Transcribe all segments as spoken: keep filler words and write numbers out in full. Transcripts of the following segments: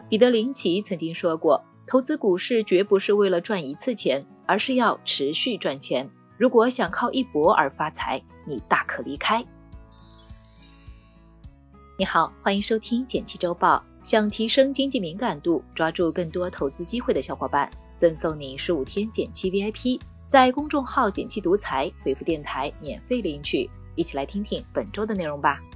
彼得林奇曾经说过，投资股市绝不是为了赚一次钱，而是要持续赚钱。如果想靠一搏而发财，你大可离开。你好，欢迎收听简七周报。想提升经济敏感度，抓住更多投资机会的小伙伴，赠送你十五天简七 V I P， 在公众号简七独裁回复电台免费领取。一起来听听本周的内容吧。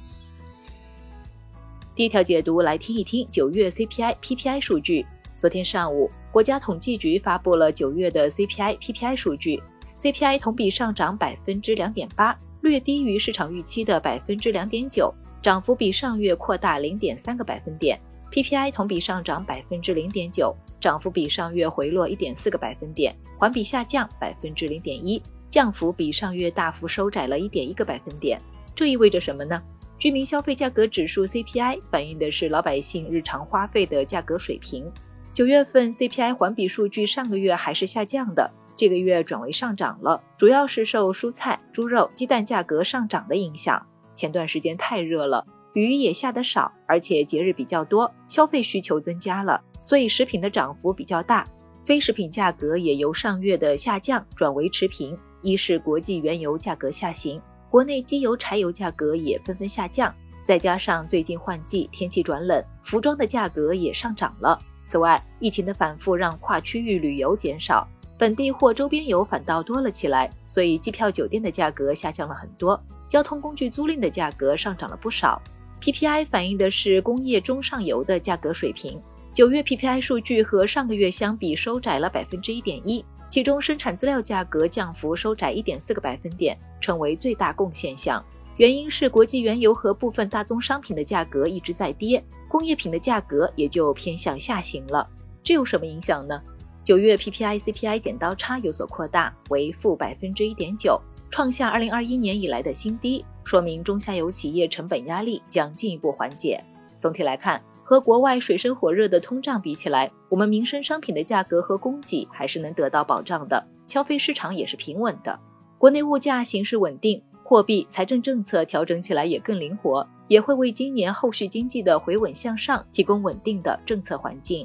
第一条解读，来听一听九月 C P I、P P I 数据。昨天上午，国家统计局发布了九月的 C P I、P P I 数据。C P I 同比上涨 百分之两点八， 略低于市场预期的 百分之两点九， 涨幅比上月扩大 零点三个百分点。 P P I 同比上涨 百分之零点九， 涨幅比上月回落 一点四个百分点，环比下降 百分之零点一， 降幅比上月大幅收窄了 一点一个百分点。这意味着什么呢？居民消费价格指数 C P I 反映的是老百姓日常花费的价格水平。九月份 C P I 环比数据上个月还是下降的，这个月转为上涨了，主要是受蔬菜、猪肉、鸡蛋价格上涨的影响。前段时间太热了，雨也下得少，而且节日比较多，消费需求增加了，所以食品的涨幅比较大。非食品价格也由上月的下降转为持平，一是国际原油价格下行，国内机油、柴油价格也纷纷下降，再加上最近换季，天气转冷，服装的价格也上涨了。此外，疫情的反复让跨区域旅游减少，本地或周边游反倒多了起来，所以机票、酒店的价格下降了很多，交通工具租赁的价格上涨了不少。P P I 反映的是工业中上游的价格水平。九月 P P I 数据和上个月相比收窄了 百分之一点一， 其中生产资料价格降幅收窄 一点四个百分点，成为最大贡献项。原因是国际原油和部分大宗商品的价格一直在跌，工业品的价格也就偏向下行了。这有什么影响呢？九月 P P I、C P I 剪刀差有所扩大，为负 百分之一点九， 创下二零二一年以来的新低，说明中下游企业成本压力将进一步缓解。总体来看，和国外水深火热的通胀比起来，我们民生商品的价格和供给还是能得到保障的，消费市场也是平稳的。国内物价形势稳定，货币财政政策调整起来也更灵活，也会为今年后续经济的回稳向上提供稳定的政策环境。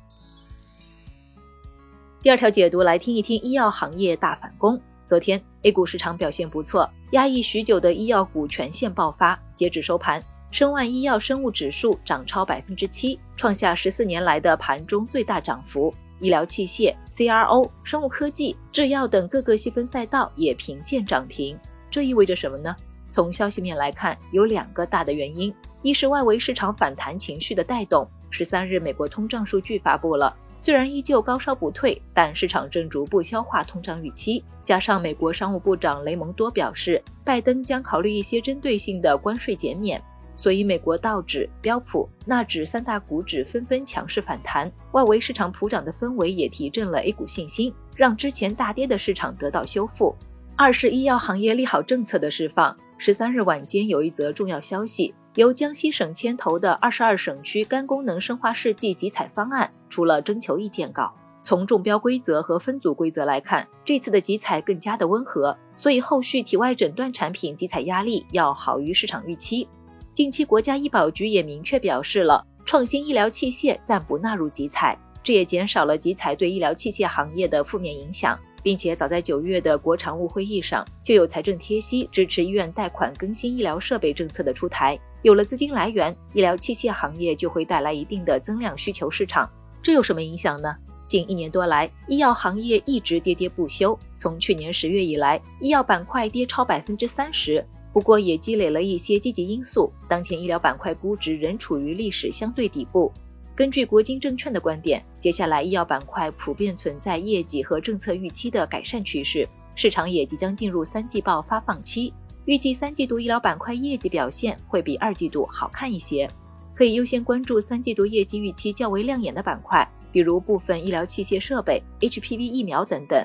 第二条解读，来听一听医药行业大反攻。昨天 A 股市场表现不错，压抑许久的医药股全线爆发。截止收盘，申万医药生物指数涨超 百分之七， 创下十四年来的盘中最大涨幅。医疗器械、C R O、生物科技、制药等各个细分赛道也平线涨停。这意味着什么呢？从消息面来看，有两个大的原因。一是外围市场反弹情绪的带动。十三日美国通胀数据发布了，虽然依旧高烧不退，但市场正逐步消化通胀预期。加上美国商务部长雷蒙多表示，拜登将考虑一些针对性的关税减免，所以美国道指、标普、纳指三大股指纷纷强势反弹，外围市场普涨的氛围也提振了 A 股信心，让之前大跌的市场得到修复。二是医药行业利好政策的释放。十三日晚间有一则重要消息，由江西省牵头的二十二省区肝功能生化试剂集采方案出了征求意见稿。从中标规则和分组规则来看，这次的集采更加的温和，所以后续体外诊断产品集采压力要好于市场预期。近期国家医保局也明确表示了，创新医疗器械暂不纳入集采，这也减少了集采对医疗器械行业的负面影响。并且早在九月的国常务会议上，就有财政贴息支持医院贷款更新医疗设备政策的出台。有了资金来源，医疗器械行业就会带来一定的增量需求市场。这有什么影响呢？近一年多来，医药行业一直跌跌不休，从去年十月以来，医药板块跌超 百分之三十， 不过也积累了一些积极因素，当前医疗板块估值仍处于历史相对底部。根据国金证券的观点，接下来医药板块普遍存在业绩和政策预期的改善趋势，市场也即将进入三季报发放期，预计三季度医疗板块业绩表现会比二季度好看一些，可以优先关注三季度业绩预期较为亮眼的板块，比如部分医疗器械设备、H P V 疫苗等等。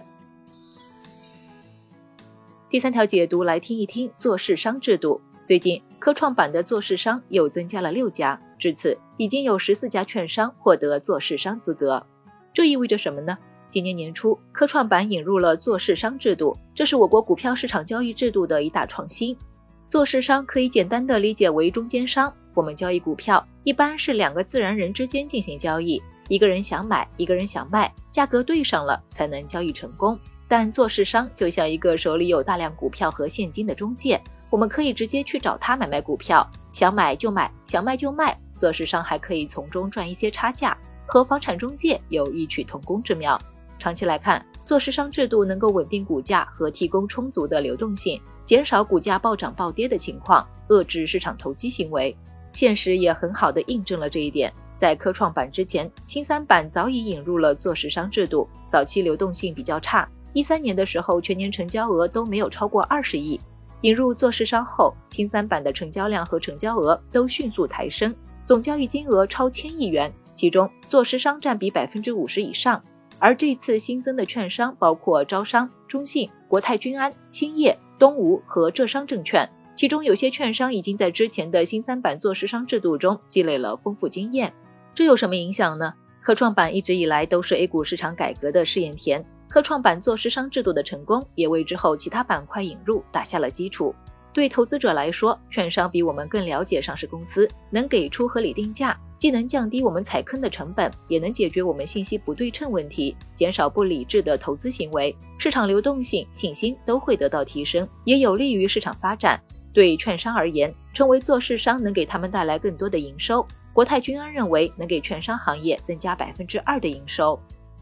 第三条解读，来听一听做市商制度。最近科创板的做市商又增加了六家，至此已经有十四家券商获得做市商资格。这意味着什么呢？今年年初，科创板引入了做市商制度，这是我国股票市场交易制度的一大创新。做市商可以简单的理解为中间商， 我们交易股票一般是两个自然人之间进行交易，一个人想买，一个人想卖，价格对上了才能交易成功。但做市商就像一个手里有大量股票和现金的中介，我们可以直接去找他买卖股票，想买就买，想卖就卖，做市商还可以从中赚一些差价，和房产中介有异曲同工之妙。长期来看，做市商制度能够稳定股价和提供充足的流动性，减少股价暴涨暴跌的情况，遏制市场投机行为。现实也很好地印证了这一点。在科创板之前，新三板早已引入了做市商制度，早期流动性比较差，一三年的时候全年成交额都没有超过二十亿。引入做市商后，新三板的成交量和成交额都迅速抬升，总交易金额超千亿元，其中做市商占比 百分之五十 以上。而这次新增的券商包括招商、中信、国泰君安、兴业、东吴和浙商证券，其中有些券商已经在之前的新三板做市商制度中积累了丰富经验。这有什么影响呢？科创板一直以来都是 A 股市场改革的试验田，科创板做市商制度的成功也为之后其他板块引入打下了基础。对投资者来说，券商比我们更了解上市公司，能给出合理定价，既能降低我们踩坑的成本，也能解决我们信息不对称问题，减少不理智的投资行为，市场流动性、信心都会得到提升，也有利于市场发展。对券商而言，成为做市商能给他们带来更多的营收。国泰君安认为能给券商行业增加 百分之二 的营收。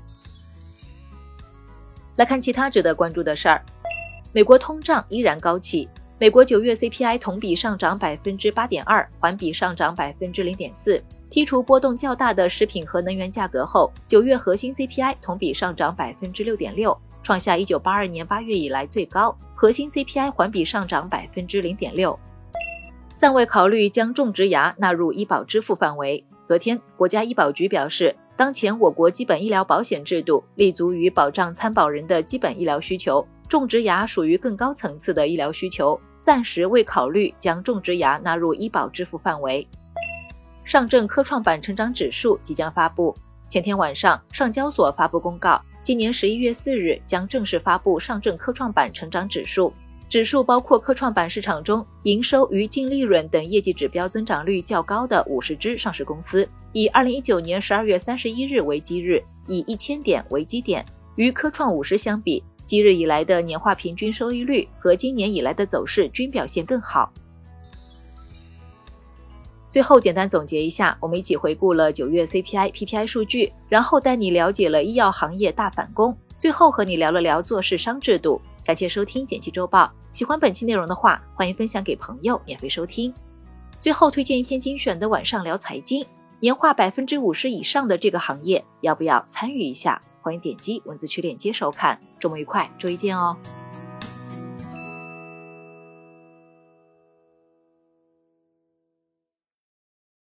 来看其他值得关注的事儿，美国通胀依然高企。美国九月 C P I 同比上涨 百分之八点二， 环比上涨 百分之零点四。 剔除波动较大的食品和能源价格后，九月核心 C P I 同比上涨 百分之六点六， 创下一九八二年八月以来最高，核心 C P I 环比上涨 百分之零点六。 暂未考虑将种植牙纳入医保支付范围。昨天，国家医保局表示，当前我国基本医疗保险制度立足于保障参保人的基本医疗需求，种植牙属于更高层次的医疗需求，暂时未考虑将种植牙纳入医保支付范围。上证科创板成长指数即将发布。前天晚上，上交所发布公告，今年十一月四日将正式发布上证科创板成长指数。指数包括科创板市场中营收与净利润等业绩指标增长率较高的五十只上市公司，以二零一九年十二月三十一日为基日，以一千点为基点。与科创五十相比，即日以来的年化平均收益率和今年以来的走势均表现更好。最后简单总结一下，我们一起回顾了九月 C P I、P P I 数据，然后带你了解了医药行业大反攻，最后和你聊了聊做市商制度。感谢收听简七周报，喜欢本期内容的话，欢迎分享给朋友免费收听。最后推荐一篇精选的晚上聊财经，年化 百分之五十 以上的这个行业要不要参与一下？欢迎点击文字区链接收看。周末愉快，周一见哦。